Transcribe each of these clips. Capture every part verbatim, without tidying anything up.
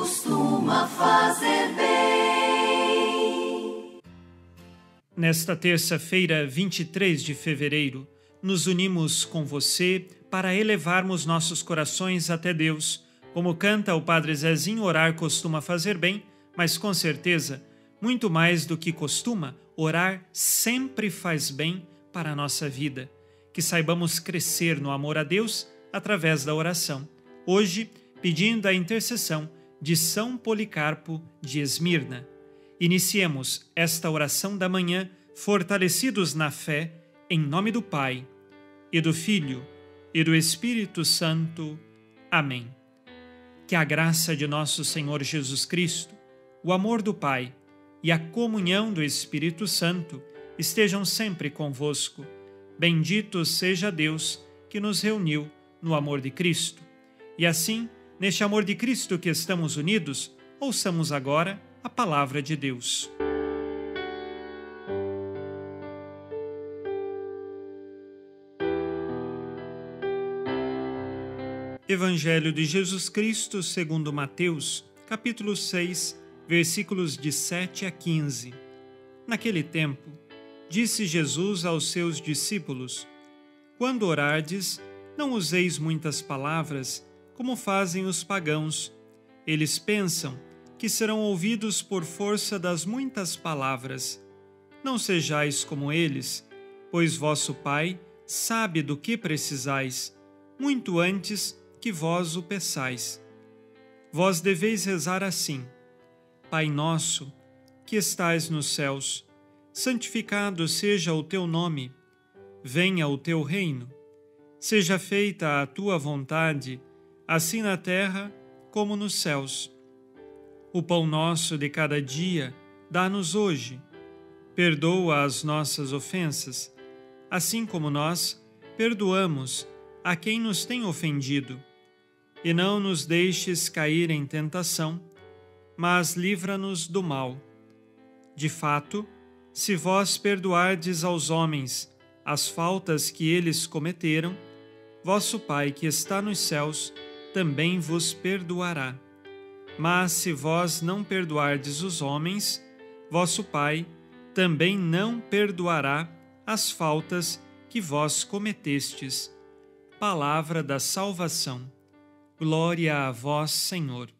costuma fazer bem. Nesta terça-feira, vinte e três de fevereiro, nos unimos com você para elevarmos nossos corações até Deus. Como canta o Padre Zezinho, orar costuma fazer bem, mas com certeza, muito mais do que costuma, orar sempre faz bem para a nossa vida. Que saibamos crescer no amor a Deus através da oração. Hoje, pedindo a intercessão de São Policarpo de Esmirna. Iniciemos esta oração da manhã, fortalecidos na fé, em nome do Pai, e do Filho, e do Espírito Santo. Amém. Que a graça de nosso Senhor Jesus Cristo, o amor do Pai e a comunhão do Espírito Santo estejam sempre convosco. Bendito seja Deus que nos reuniu no amor de Cristo. E assim, neste amor de Cristo que estamos unidos, ouçamos agora a palavra de Deus. Evangelho de Jesus Cristo segundo Mateus, capítulo seis, versículos de sete a quinze. Naquele tempo, disse Jesus aos seus discípulos: Quando orardes, não useis muitas palavras, como fazem os pagãos. Eles pensam que serão ouvidos por força das muitas palavras. Não sejais como eles, pois vosso Pai sabe do que precisais, muito antes que vós o peçais. Vós deveis rezar assim: Pai nosso, que estais nos céus, santificado seja o teu nome. Venha o teu reino. Seja feita a tua vontade, assim na terra como nos céus. O pão nosso de cada dia dá-nos hoje. Perdoa as nossas ofensas, assim como nós perdoamos a quem nos tem ofendido. E não nos deixes cair em tentação, mas livra-nos do mal. De fato, se vós perdoardes aos homens as faltas que eles cometeram, vosso Pai que está nos céus também vos perdoará. Mas se vós não perdoardes os homens, vosso Pai também não perdoará as faltas que vós cometestes. Palavra da salvação. Glória a vós, Senhor.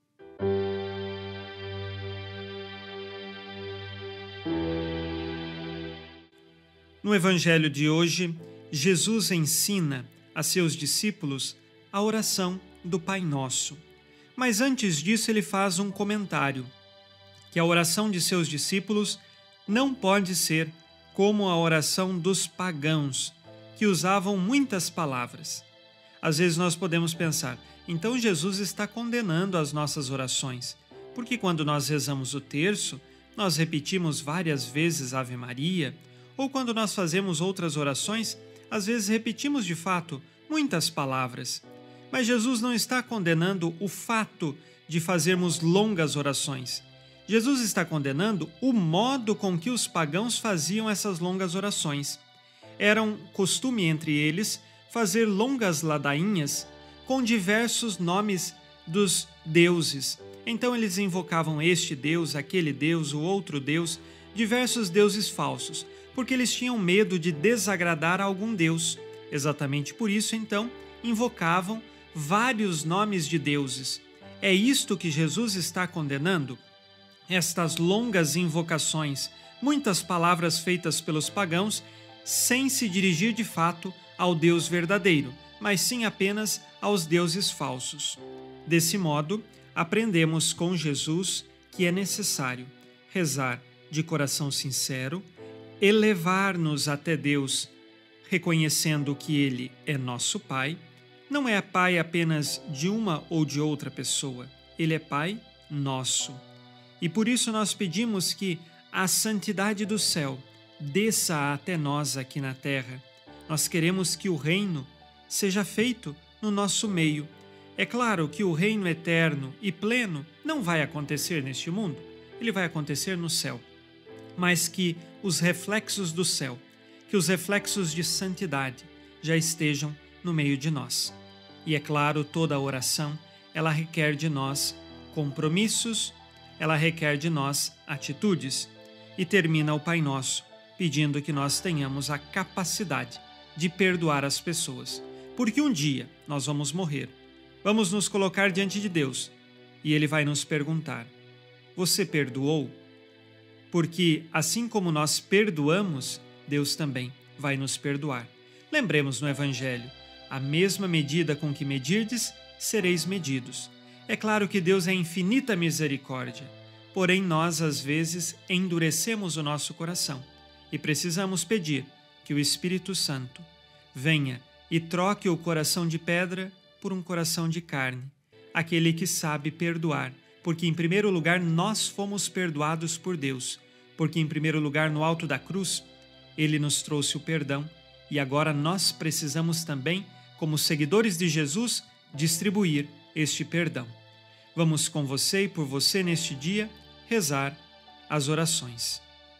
No Evangelho de hoje, Jesus ensina a seus discípulos a oração do Pai Nosso. Mas antes disso, ele faz um comentário, que a oração de seus discípulos não pode ser como a oração dos pagãos, que usavam muitas palavras. Às vezes nós podemos pensar, então Jesus está condenando as nossas orações, porque quando nós rezamos o terço, nós repetimos várias vezes Ave Maria, ou quando nós fazemos outras orações, às vezes repetimos de fato muitas palavras. Mas Jesus não está condenando o fato de fazermos longas orações. Jesus está condenando o modo com que os pagãos faziam essas longas orações. Era um costume entre eles fazer longas ladainhas com diversos nomes dos deuses. Então eles invocavam este Deus, aquele Deus, o outro Deus, diversos deuses falsos, porque eles tinham medo de desagradar a algum Deus. Exatamente por isso, então, invocavam vários nomes de deuses. É isto que Jesus está condenando? Estas longas invocações, muitas palavras feitas pelos pagãos, sem se dirigir de fato ao Deus verdadeiro, mas sim apenas aos deuses falsos. Desse modo, aprendemos com Jesus que é necessário rezar de coração sincero, elevar-nos até Deus, reconhecendo que Ele é nosso Pai. Não é Pai apenas de uma ou de outra pessoa, Ele é Pai nosso. E por isso nós pedimos que a santidade do céu desça até nós aqui na terra. Nós queremos que o reino seja feito no nosso meio. É claro que o reino eterno e pleno não vai acontecer neste mundo, ele vai acontecer no céu. Mas que os reflexos do céu, que os reflexos de santidade já estejam no meio de nós. E é claro, toda a oração, ela requer de nós compromissos, ela requer de nós atitudes. E termina o Pai Nosso, pedindo que nós tenhamos a capacidade de perdoar as pessoas. Porque um dia nós vamos morrer. Vamos nos colocar diante de Deus e Ele vai nos perguntar: você perdoou? Porque assim como nós perdoamos, Deus também vai nos perdoar. Lembremos no Evangelho: a mesma medida com que medirdes, sereis medidos. É claro que Deus é infinita misericórdia, porém nós às vezes endurecemos o nosso coração e precisamos pedir que o Espírito Santo venha e troque o coração de pedra por um coração de carne, aquele que sabe perdoar, porque em primeiro lugar nós fomos perdoados por Deus, porque em primeiro lugar no alto da cruz Ele nos trouxe o perdão e agora nós precisamos também, como seguidores de Jesus, distribuir este perdão. Vamos com você e por você neste dia rezar as orações.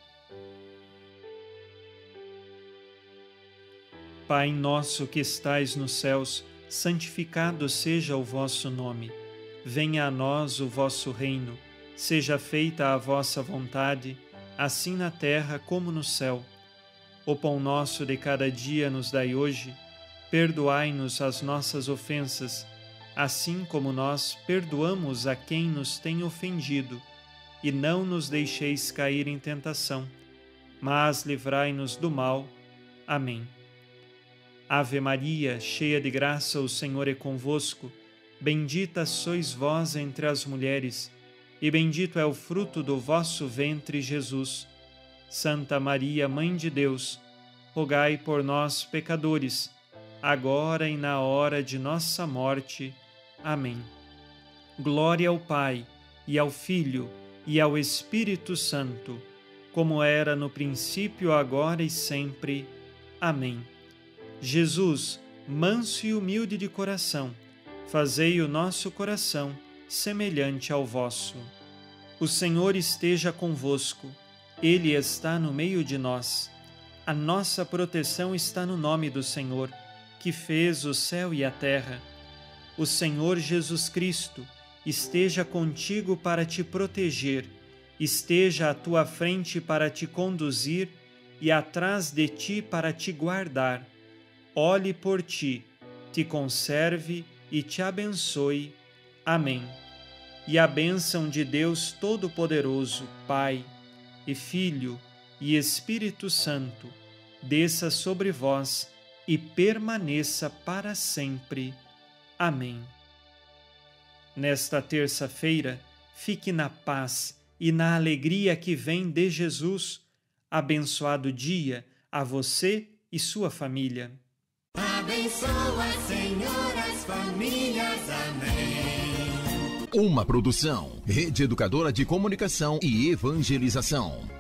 Pai nosso que estais nos céus, santificado seja o vosso nome. Venha a nós o vosso reino. Seja feita a vossa vontade, assim na terra como no céu. O pão nosso de cada dia nos dai hoje. Perdoai-nos as nossas ofensas, assim como nós perdoamos a quem nos tem ofendido. E não nos deixeis cair em tentação, mas livrai-nos do mal. Amém. Ave Maria, cheia de graça, o Senhor é convosco. Bendita sois vós entre as mulheres, e bendito é o fruto do vosso ventre, Jesus. Santa Maria, Mãe de Deus, rogai por nós, pecadores, agora e na hora de nossa morte. Amém. Glória ao Pai, e ao Filho, e ao Espírito Santo, como era no princípio, agora e sempre. Amém. Jesus, manso e humilde de coração, fazei o nosso coração semelhante ao vosso. O Senhor esteja convosco, Ele está no meio de nós. A nossa proteção está no nome do Senhor, que fez o céu e a terra. O Senhor Jesus Cristo esteja contigo para te proteger, esteja à tua frente para te conduzir e atrás de ti para te guardar. Olhe por ti, te conserve e te abençoe. Amém. E a bênção de Deus Todo-Poderoso, Pai e Filho e Espírito Santo, desça sobre vós e permaneça para sempre. Amém. Nesta terça-feira, fique na paz e na alegria que vem de Jesus. Abençoado dia a você e sua família. Abençoa, Senhor, as famílias. Amém. Uma produção, Rede Educadora de Comunicação e Evangelização.